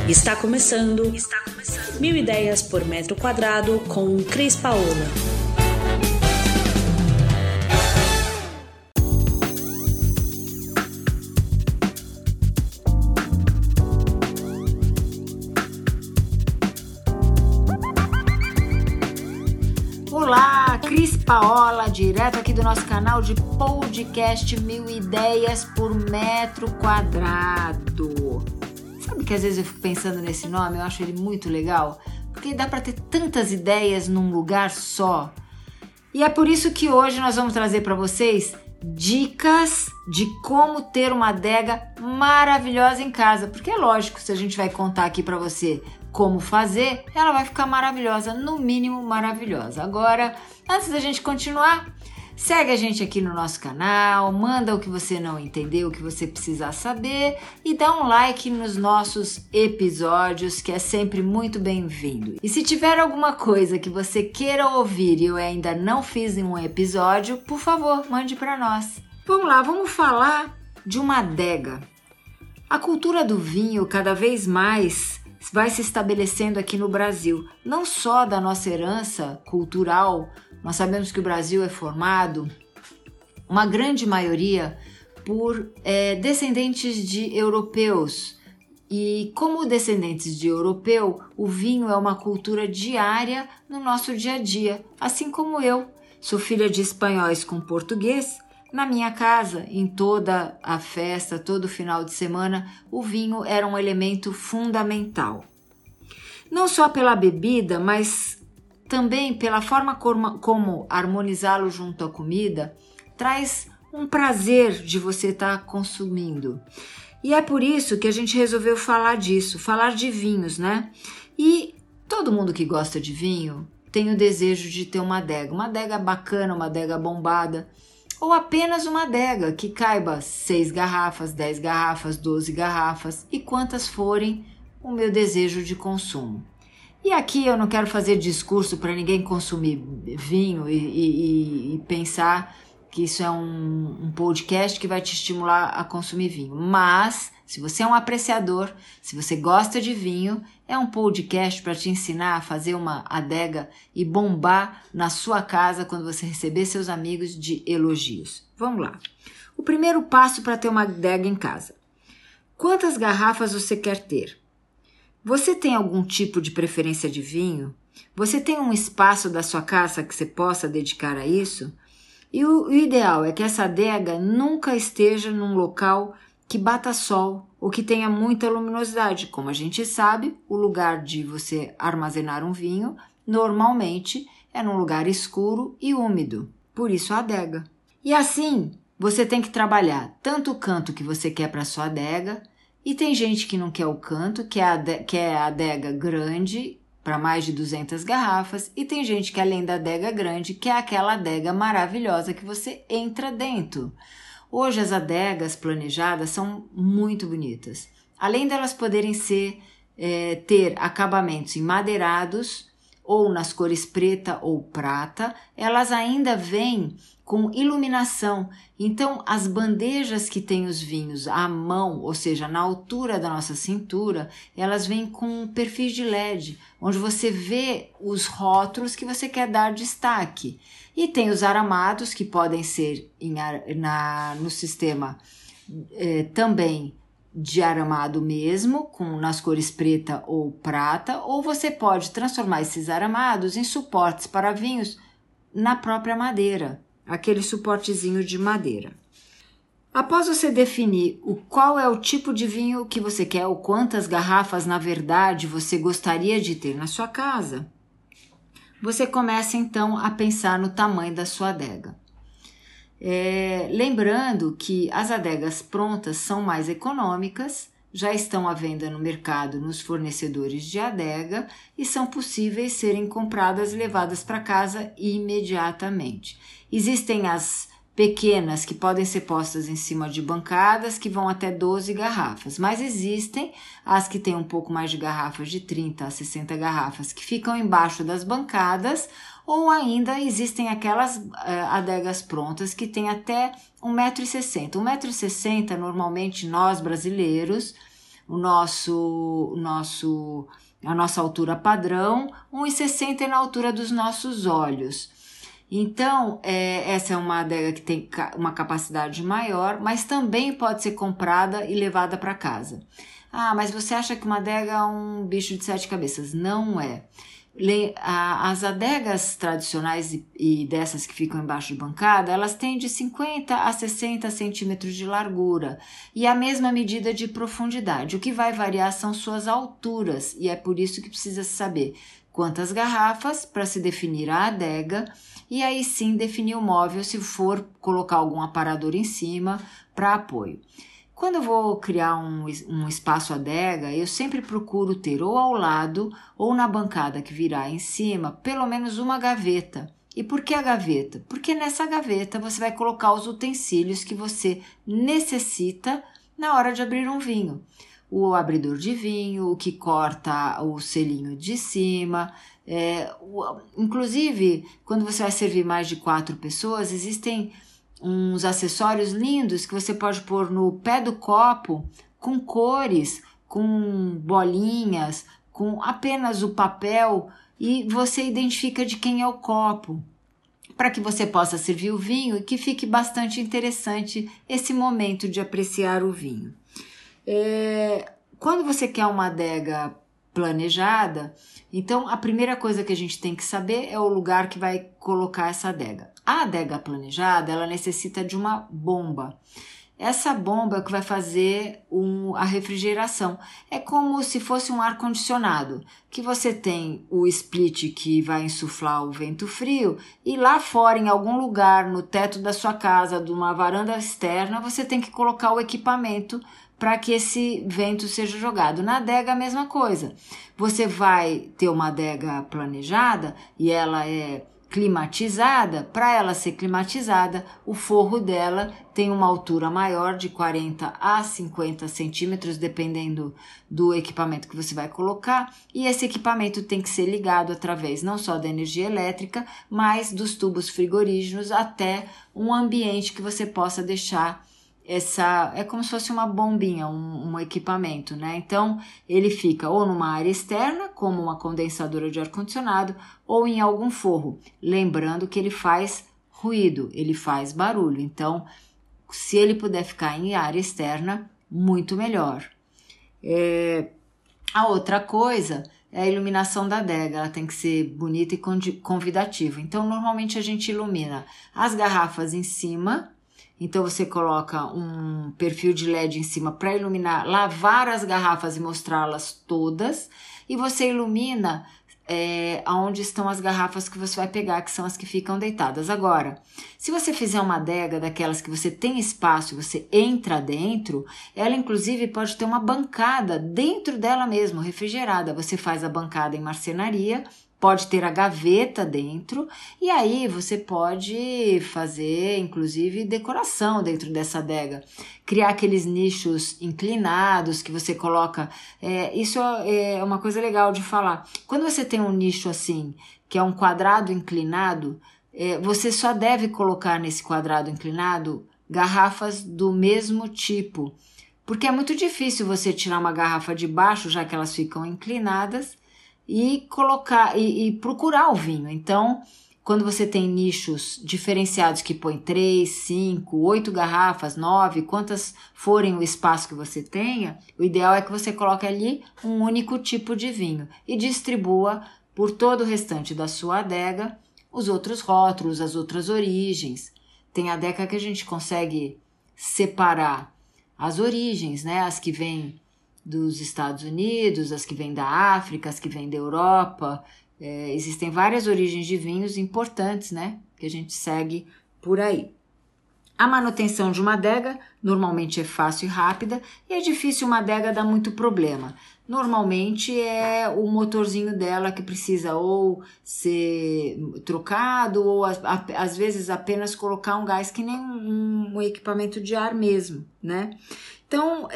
Está começando 1000 ideias por metro quadrado com Cris Paola. Olá, Cris Paola, direto aqui do nosso canal de podcast 1000 ideias por metro quadrado. Sabe que às vezes eu fico pensando nesse nome, eu acho ele muito legal, porque dá para ter tantas ideias num lugar só. E é por isso que hoje nós vamos trazer para vocês dicas de como ter uma adega maravilhosa em casa. Porque é lógico, se a gente vai contar aqui para você como fazer, ela vai ficar maravilhosa, no mínimo maravilhosa. Agora, antes da gente continuar, segue a gente aqui no nosso canal, manda o que você não entendeu, o que você precisar saber e dá um like nos nossos episódios, que é sempre muito bem-vindo. E se tiver alguma coisa que você queira ouvir e eu ainda não fiz em um episódio, por favor, mande para nós. Vamos lá, vamos falar de uma adega. A cultura do vinho cada vez mais vai se estabelecendo aqui no Brasil, não só da nossa herança cultural. Nós sabemos que o Brasil é formado, uma grande maioria, por descendentes de europeus. E como descendentes de europeu, o vinho é uma cultura diária no nosso dia a dia. Assim como eu, sou filha de espanhóis com português. Na minha casa, em toda a festa, todo final de semana, o vinho era um elemento fundamental. Não só pela bebida, mas também pela forma como harmonizá-lo junto à comida, traz um prazer de você estar consumindo. E é por isso que a gente resolveu falar disso, falar de vinhos, né? E todo mundo que gosta de vinho tem o desejo de ter uma adega bacana, uma adega bombada, ou apenas uma adega que caiba 6 garrafas, 10 garrafas, 12 garrafas e quantas forem o meu desejo de consumo. E aqui eu não quero fazer discurso para ninguém consumir vinho e pensar que isso é um podcast que vai te estimular a consumir vinho. Mas, se você é um apreciador, se você gosta de vinho, é um podcast para te ensinar a fazer uma adega e bombar na sua casa quando você receber seus amigos de elogios. Vamos lá. O primeiro passo para ter uma adega em casa. Quantas garrafas você quer ter? Você tem algum tipo de preferência de vinho? Você tem um espaço da sua casa que você possa dedicar a isso? E o ideal é que essa adega nunca esteja num local que bata sol ou que tenha muita luminosidade. Como a gente sabe, o lugar de você armazenar um vinho normalmente é num lugar escuro e úmido. Por isso a adega. E assim, você tem que trabalhar tanto o canto que você quer para sua adega. E tem gente que não quer o canto, quer a adega grande, para mais de 200 garrafas. E tem gente que, além da adega grande, quer aquela adega maravilhosa que você entra dentro. Hoje as adegas planejadas são muito bonitas. Além delas poderem ter acabamentos emadeirados, ou nas cores preta ou prata, elas ainda vêm com iluminação. Então, as bandejas que tem os vinhos à mão, ou seja, na altura da nossa cintura, elas vêm com perfis de LED, onde você vê os rótulos que você quer dar destaque. E tem os aramados, que podem ser no sistema também de aramado mesmo, nas cores preta ou prata, ou você pode transformar esses aramados em suportes para vinhos na própria madeira, aquele suportezinho de madeira. Após você definir qual é o tipo de vinho que você quer ou quantas garrafas, na verdade, você gostaria de ter na sua casa, você começa então a pensar no tamanho da sua adega. Lembrando que as adegas prontas são mais econômicas, já estão à venda no mercado nos fornecedores de adega e são possíveis serem compradas e levadas para casa imediatamente. Existem as pequenas que podem ser postas em cima de bancadas que vão até 12 garrafas, mas existem as que têm um pouco mais de garrafas, de 30 a 60 garrafas, que ficam embaixo das bancadas, ou ainda existem aquelas adegas prontas que têm até 1,60 m. 1,60 m, normalmente nós brasileiros a nossa altura padrão, 1,60 é na altura dos nossos olhos. Então, essa é uma adega que tem uma capacidade maior, mas também pode ser comprada e levada para casa. Ah, mas você acha que uma adega é um bicho de 7 cabeças? Não é. As adegas tradicionais e dessas que ficam embaixo de bancada, elas têm de 50 a 60 centímetros de largura e a mesma medida de profundidade. O que vai variar são suas alturas e é por isso que precisa saber quantas garrafas para se definir a adega e aí sim definir o móvel se for colocar algum aparador em cima para apoio. Quando eu vou criar um espaço adega, eu sempre procuro ter ou ao lado ou na bancada que virá em cima, pelo menos uma gaveta. E por que a gaveta? Porque nessa gaveta você vai colocar os utensílios que você necessita na hora de abrir um vinho. O abridor de vinho, o que corta o selinho de cima. Inclusive, quando você vai servir mais de 4 pessoas, existem uns acessórios lindos que você pode pôr no pé do copo com cores, com bolinhas, com apenas o papel e você identifica de quem é o copo, para que você possa servir o vinho e que fique bastante interessante esse momento de apreciar o vinho. Quando você quer uma adega planejada, então a primeira coisa que a gente tem que saber é o lugar que vai colocar essa adega. A adega planejada, ela necessita de uma bomba. Essa bomba é o que vai fazer a refrigeração. É como se fosse um ar-condicionado, que você tem o split que vai insuflar o vento frio e lá fora, em algum lugar, no teto da sua casa, de uma varanda externa, você tem que colocar o equipamento para que esse vento seja jogado. Na adega a mesma coisa. Você vai ter uma adega planejada e ela é climatizada. Para ela ser climatizada, o forro dela tem uma altura maior de 40 a 50 centímetros, dependendo do equipamento que você vai colocar, e esse equipamento tem que ser ligado através não só da energia elétrica, mas dos tubos frigorígenos até um ambiente que você possa deixar é como se fosse uma bombinha, um equipamento, né? Então, ele fica ou numa área externa, como uma condensadora de ar-condicionado, ou em algum forro. Lembrando que ele faz ruído, ele faz barulho. Então, se ele puder ficar em área externa, muito melhor. A outra coisa é a iluminação da adega. Ela tem que ser bonita e convidativa. Então, normalmente a gente ilumina as garrafas em cima. Então você coloca um perfil de LED em cima para iluminar, lavar as garrafas e mostrá-las todas, e você ilumina aonde estão as garrafas que você vai pegar, que são as que ficam deitadas. Agora, se você fizer uma adega daquelas que você tem espaço e você entra dentro, ela inclusive pode ter uma bancada dentro dela mesmo, refrigerada. Você faz a bancada em marcenaria, pode ter a gaveta dentro e aí você pode fazer inclusive decoração dentro dessa adega, criar aqueles nichos inclinados que você coloca, isso é uma coisa legal de falar. Quando você tem um nicho assim, que é um quadrado inclinado, você só deve colocar nesse quadrado inclinado garrafas do mesmo tipo, porque é muito difícil você tirar uma garrafa de baixo, já que elas ficam inclinadas, e colocar e procurar o vinho. Então, quando você tem nichos diferenciados que põe 3, 5, 8 garrafas, 9, quantas forem o espaço que você tenha, o ideal é que você coloque ali um único tipo de vinho e distribua por todo o restante da sua adega os outros rótulos, as outras origens. Tem adega que a gente consegue separar as origens, né? As que vêm dos Estados Unidos, as que vêm da África, as que vêm da Europa. Existem várias origens de vinhos importantes, né? Que a gente segue por aí. A manutenção de uma adega normalmente é fácil e rápida, e é difícil uma adega dar muito problema. Normalmente é o motorzinho dela que precisa ou ser trocado, ou às vezes apenas colocar um gás, que nem um equipamento de ar mesmo, né? Então,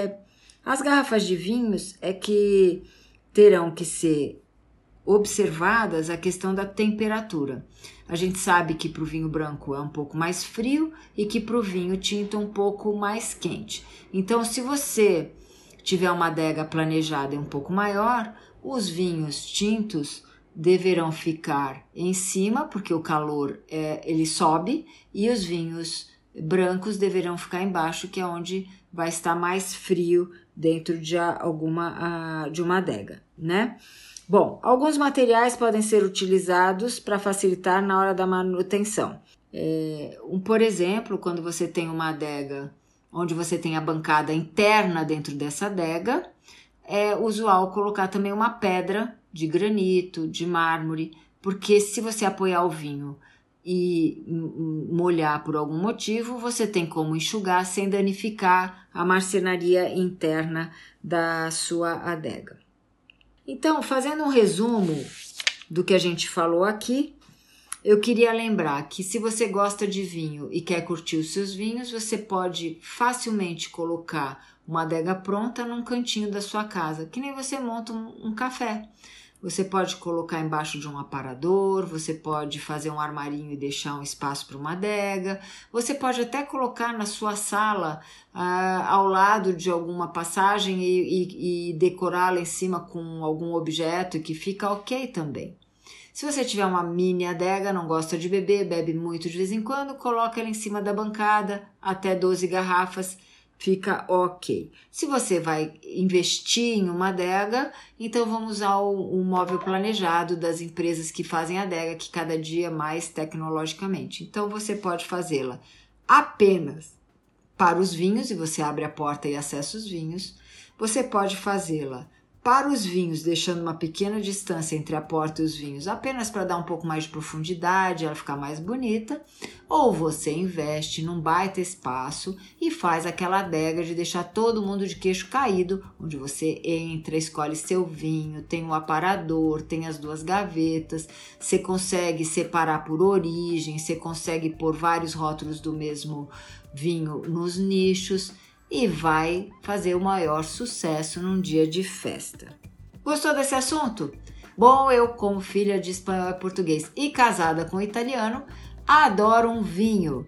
as garrafas de vinhos é que terão que ser observadas a questão da temperatura. A gente sabe que para o vinho branco é um pouco mais frio e que para o vinho tinto um pouco mais quente. Então, se você tiver uma adega planejada um pouco maior, os vinhos tintos deverão ficar em cima, porque o calor ele sobe, e os vinhos brancos deverão ficar embaixo, que é onde vai estar mais frio dentro de uma adega, né? Bom, alguns materiais podem ser utilizados para facilitar na hora da manutenção. Por exemplo, quando você tem uma adega onde você tem a bancada interna dentro dessa adega, é usual colocar também uma pedra de granito, de mármore, porque se você apoiar o vinho e molhar por algum motivo, você tem como enxugar sem danificar a marcenaria interna da sua adega. Então, fazendo um resumo do que a gente falou aqui, eu queria lembrar que se você gosta de vinho e quer curtir os seus vinhos, você pode facilmente colocar uma adega pronta num cantinho da sua casa, que nem você monta um café. Você pode colocar embaixo de um aparador, você pode fazer um armarinho e deixar um espaço para uma adega, você pode até colocar na sua sala ao lado de alguma passagem e decorá-la em cima com algum objeto que fica ok também. Se você tiver uma mini adega, não gosta de beber, bebe muito de vez em quando, coloca ela em cima da bancada, até 12 garrafas, fica ok. Se você vai investir em uma adega, então vamos usar o móvel planejado das empresas que fazem adega, que cada dia mais tecnologicamente. Então você pode fazê-la apenas para os vinhos, e você abre a porta e acessa os vinhos. Você pode fazê-la para os vinhos, deixando uma pequena distância entre a porta e os vinhos, apenas para dar um pouco mais de profundidade, ela ficar mais bonita, ou você investe num baita espaço e faz aquela adega de deixar todo mundo de queixo caído, onde você entra, escolhe seu vinho, tem um aparador, tem as 2 gavetas, você consegue separar por origem, você consegue pôr vários rótulos do mesmo vinho nos nichos, e vai fazer o maior sucesso num dia de festa. Gostou desse assunto? Bom, eu, como filha de espanhol e português e casada com italiano, adoro um vinho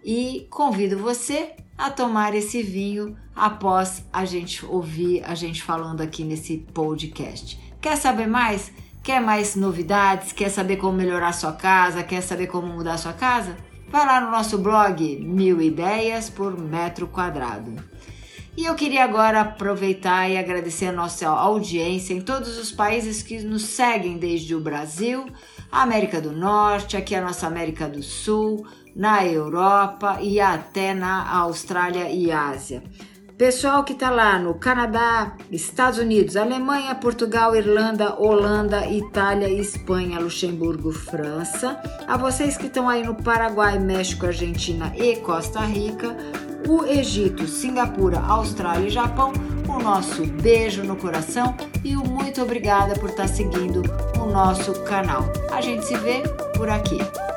e convido você a tomar esse vinho após a gente ouvir a gente falando aqui nesse podcast. Quer saber mais? Quer mais novidades? Quer saber como melhorar sua casa? Quer saber como mudar sua casa? Vai lá no nosso blog 1000 ideias por metro quadrado. E eu queria agora aproveitar e agradecer a nossa audiência em todos os países que nos seguem, desde o Brasil, a América do Norte, aqui a nossa América do Sul, na Europa e até na Austrália e Ásia. Pessoal que está lá no Canadá, Estados Unidos, Alemanha, Portugal, Irlanda, Holanda, Itália, Espanha, Luxemburgo, França. A vocês que estão aí no Paraguai, México, Argentina e Costa Rica, o Egito, Singapura, Austrália e Japão, o nosso beijo no coração e o muito obrigada por estar seguindo o nosso canal. A gente se vê por aqui.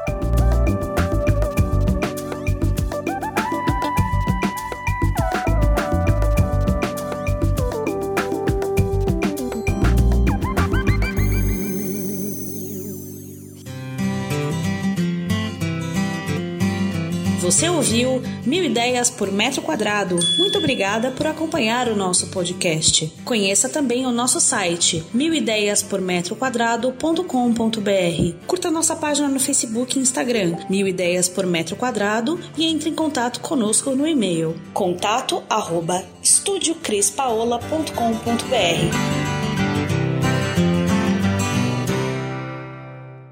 Você ouviu 1000 ideias por metro quadrado. Muito obrigada por acompanhar o nosso podcast. Conheça também o nosso site 1000ideiaspormetroquadrado.com.br. Curta nossa página no Facebook e Instagram 1000 ideias por metro quadrado e entre em contato conosco no e-mail contato@estudiocrispaola.com.br.